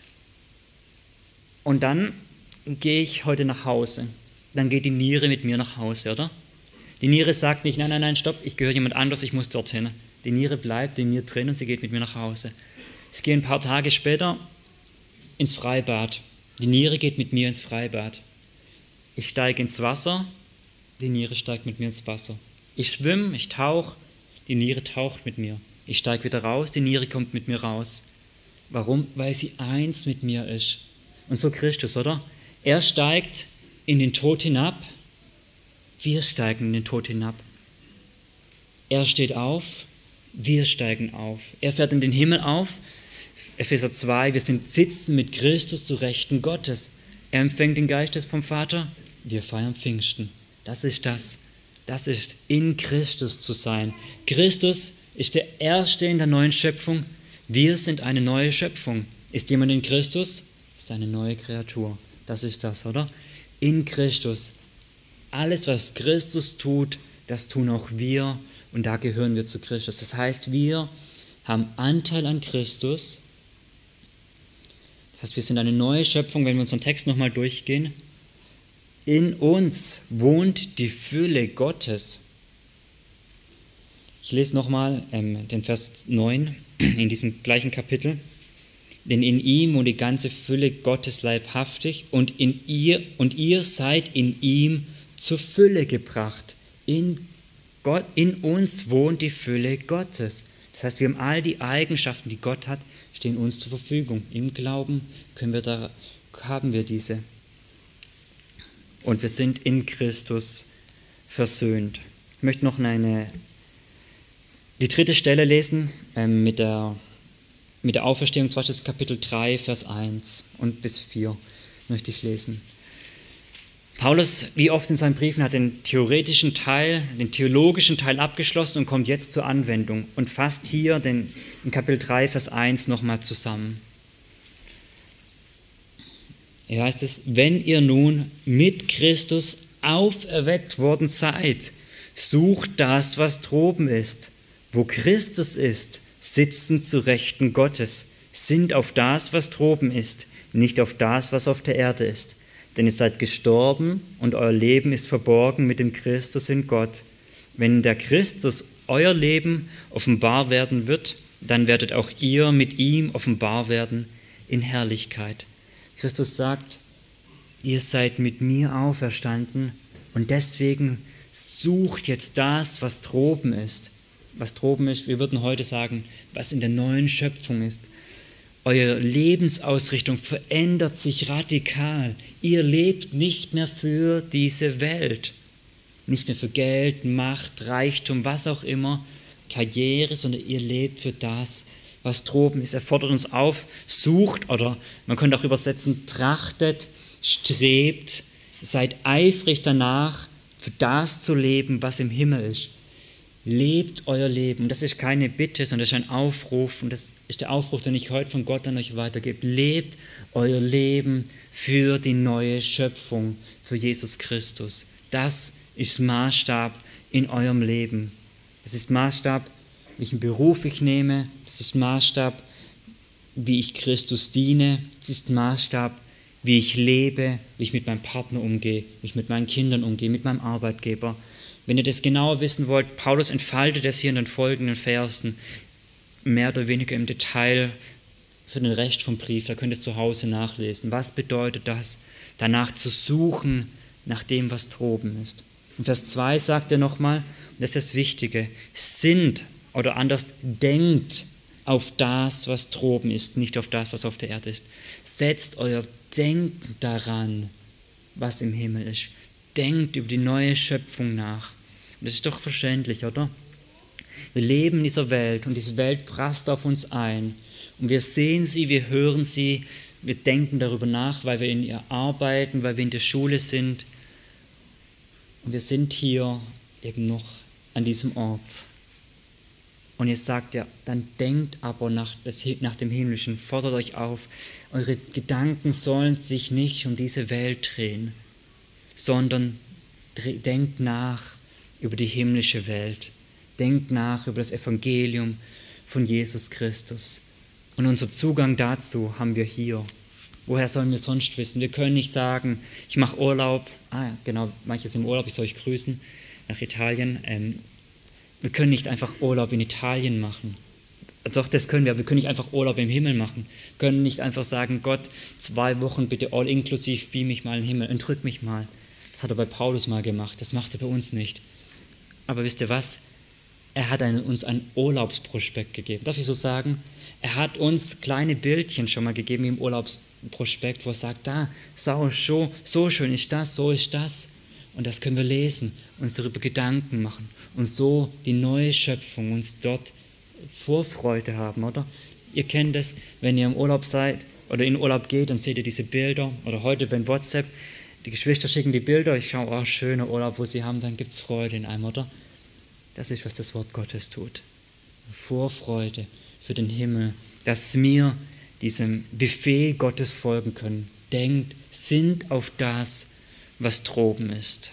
Und dann gehe ich heute nach Hause. Dann geht die Niere mit mir nach Hause, oder? Die Niere sagt nicht, nein, nein, nein, stopp, ich gehöre jemand anders, ich muss dorthin. Die Niere bleibt in mir drin und sie geht mit mir nach Hause. Ich gehe ein paar Tage später ins Freibad. Die Niere geht mit mir ins Freibad. Ich steige ins Wasser, die Niere steigt mit mir ins Wasser. Ich schwimme, ich tauche, die Niere taucht mit mir. Ich steige wieder raus, die Niere kommt mit mir raus. Warum? Weil sie eins mit mir ist. Und so Christus, oder? Er steigt in den Tod hinab, wir steigen in den Tod hinab. Er steht auf, wir steigen auf. Er fährt in den Himmel auf. Epheser zwei, wir sind sitzen mit Christus zu Rechten Gottes. Er empfängt den Geist vom Vater, wir feiern Pfingsten. Das ist das. Das ist in Christus zu sein. Christus ist der Erste in der neuen Schöpfung. Wir sind eine neue Schöpfung. Ist jemand in Christus? Ist eine neue Kreatur. Das ist das, oder? In Christus. Alles, was Christus tut, das tun auch wir und da gehören wir zu Christus. Das heißt, wir haben Anteil an Christus. Das heißt, wir sind eine neue Schöpfung, wenn wir unseren Text nochmal durchgehen. In uns wohnt die Fülle Gottes. Ich lese nochmal ähm, den Vers neun in diesem gleichen Kapitel. Denn in ihm wohnt die ganze Fülle Gottes leibhaftig und in ihr und ihr seid in ihm zur Fülle gebracht. In, Gott, in uns wohnt die Fülle Gottes. Das heißt, wir haben all die Eigenschaften, die Gott hat, stehen uns zur Verfügung. Im Glauben können wir da, haben wir diese. Und wir sind in Christus versöhnt. Ich möchte noch eine, die dritte Stelle lesen ähm, mit der Mit der Auferstehung, zwar das Kapitel drei, Vers eins und bis vier möchte ich lesen. Paulus, wie oft in seinen Briefen, hat den theoretischen Teil, den theologischen Teil abgeschlossen und kommt jetzt zur Anwendung und fasst hier den, in Kapitel drei, Vers eins nochmal zusammen. Hier heißt es, wenn ihr nun mit Christus auferweckt worden seid, sucht das, was droben ist, wo Christus ist, sitzen zu Rechten Gottes, sind auf das, was droben ist, nicht auf das, was auf der Erde ist. Denn ihr seid gestorben und euer Leben ist verborgen mit dem Christus in Gott. Wenn der Christus euer Leben offenbar werden wird, dann werdet auch ihr mit ihm offenbar werden in Herrlichkeit. Christus sagt, ihr seid mit mir auferstanden und deswegen sucht jetzt das, was droben ist. Was droben ist, wir würden heute sagen, was in der neuen Schöpfung ist. Eure Lebensausrichtung verändert sich radikal. Ihr lebt nicht mehr für diese Welt. Nicht mehr für Geld, Macht, Reichtum, was auch immer, Karriere, sondern ihr lebt für das, was droben ist. Er fordert uns auf, sucht oder man könnte auch übersetzen, trachtet, strebt, seid eifrig danach, für das zu leben, was im Himmel ist. Lebt euer Leben. Das ist keine Bitte, sondern das ist ein Aufruf. Und das ist der Aufruf, den ich heute von Gott an euch weitergebe. Lebt euer Leben für die neue Schöpfung, für Jesus Christus. Das ist Maßstab in eurem Leben. Das ist Maßstab, welchen Beruf ich nehme. Das ist Maßstab, wie ich Christus diene. Das ist Maßstab, wie ich lebe, wie ich mit meinem Partner umgehe, wie ich mit meinen Kindern umgehe, mit meinem Arbeitgeber. Wenn ihr das genauer wissen wollt, Paulus entfaltet das hier in den folgenden Versen mehr oder weniger im Detail für den Rest vom Brief. Da könnt ihr zu Hause nachlesen. Was bedeutet das, danach zu suchen, nach dem, was droben ist? In Vers zwei sagt er nochmal, und das ist das Wichtige, sind oder anders denkt auf das, was droben ist, nicht auf das, was auf der Erde ist. Setzt euer Denken daran, was im Himmel ist. Denkt über die neue Schöpfung nach. Und das ist doch verständlich, oder? Wir leben in dieser Welt und diese Welt prasst auf uns ein. Und wir sehen sie, wir hören sie, wir denken darüber nach, weil wir in ihr arbeiten, weil wir in der Schule sind. Und wir sind hier eben noch an diesem Ort. Und jetzt sagt er, dann denkt aber nach, das, nach dem Himmlischen, fordert euch auf, eure Gedanken sollen sich nicht um diese Welt drehen, sondern denkt nach über die himmlische Welt. Denkt nach über das Evangelium von Jesus Christus. Und unser Zugang dazu haben wir hier. Woher sollen wir sonst wissen? Wir können nicht sagen, ich mache Urlaub. Ah ja, genau, manches im Urlaub, ich soll euch grüßen nach Italien. Ähm, wir können nicht einfach Urlaub in Italien machen. Doch, das können wir, aber wir können nicht einfach Urlaub im Himmel machen. Wir können nicht einfach sagen, Gott, zwei Wochen bitte all inklusiv, beam mich mal in den Himmel, entrück mich mal. Das hat er bei Paulus mal gemacht, das macht er bei uns nicht. Aber wisst ihr was? Er hat einen, uns einen Urlaubsprospekt gegeben. Darf ich so sagen? Er hat uns kleine Bildchen schon mal gegeben im Urlaubsprospekt, wo er sagt, da, so, so, so schön ist das, so ist das. Und das können wir lesen, uns darüber Gedanken machen und so die neue Schöpfung uns dort Vorfreude haben, oder? Ihr kennt es, wenn ihr im Urlaub seid oder in Urlaub geht, dann seht ihr diese Bilder oder heute beim WhatsApp, die Geschwister schicken die Bilder, ich schaue, oh, schöner Urlaub, wo sie haben, dann gibt es Freude in einem, oder? Das ist, was das Wort Gottes tut. Vorfreude für den Himmel, dass wir diesem Befehl Gottes folgen können. Denkt, sinnt auf das, was droben ist.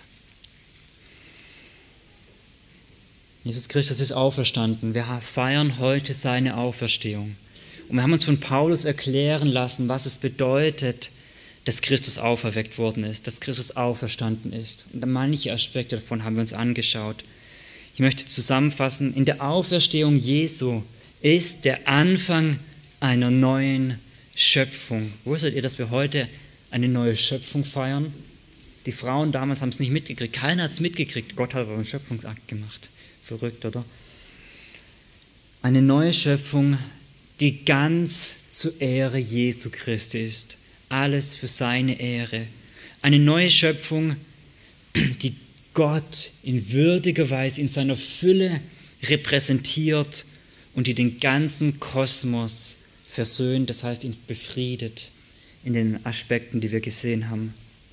Jesus Christus ist auferstanden. Wir feiern heute seine Auferstehung. Und wir haben uns von Paulus erklären lassen, was es bedeutet, dass Christus auferweckt worden ist, dass Christus auferstanden ist. Und manche Aspekte davon haben wir uns angeschaut. Ich möchte zusammenfassen, in der Auferstehung Jesu ist der Anfang einer neuen Schöpfung. Wusstet ihr, dass wir heute eine neue Schöpfung feiern? Die Frauen damals haben es nicht mitgekriegt, keiner hat es mitgekriegt. Gott hat aber einen Schöpfungsakt gemacht. Verrückt, oder? Eine neue Schöpfung, die ganz zur Ehre Jesu Christi ist. Alles für seine Ehre. Eine neue Schöpfung, die Gott in würdiger Weise, in seiner Fülle repräsentiert und die den ganzen Kosmos versöhnt, das heißt ihn befriedet in den Aspekten, die wir gesehen haben.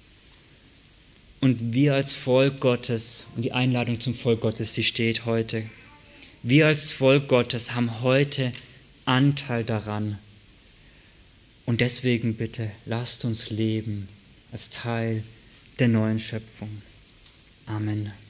Und wir als Volk Gottes, und die Einladung zum Volk Gottes, die steht heute, wir als Volk Gottes haben heute Anteil daran. Und deswegen bitte, lasst uns leben als Teil der neuen Schöpfung. Amen.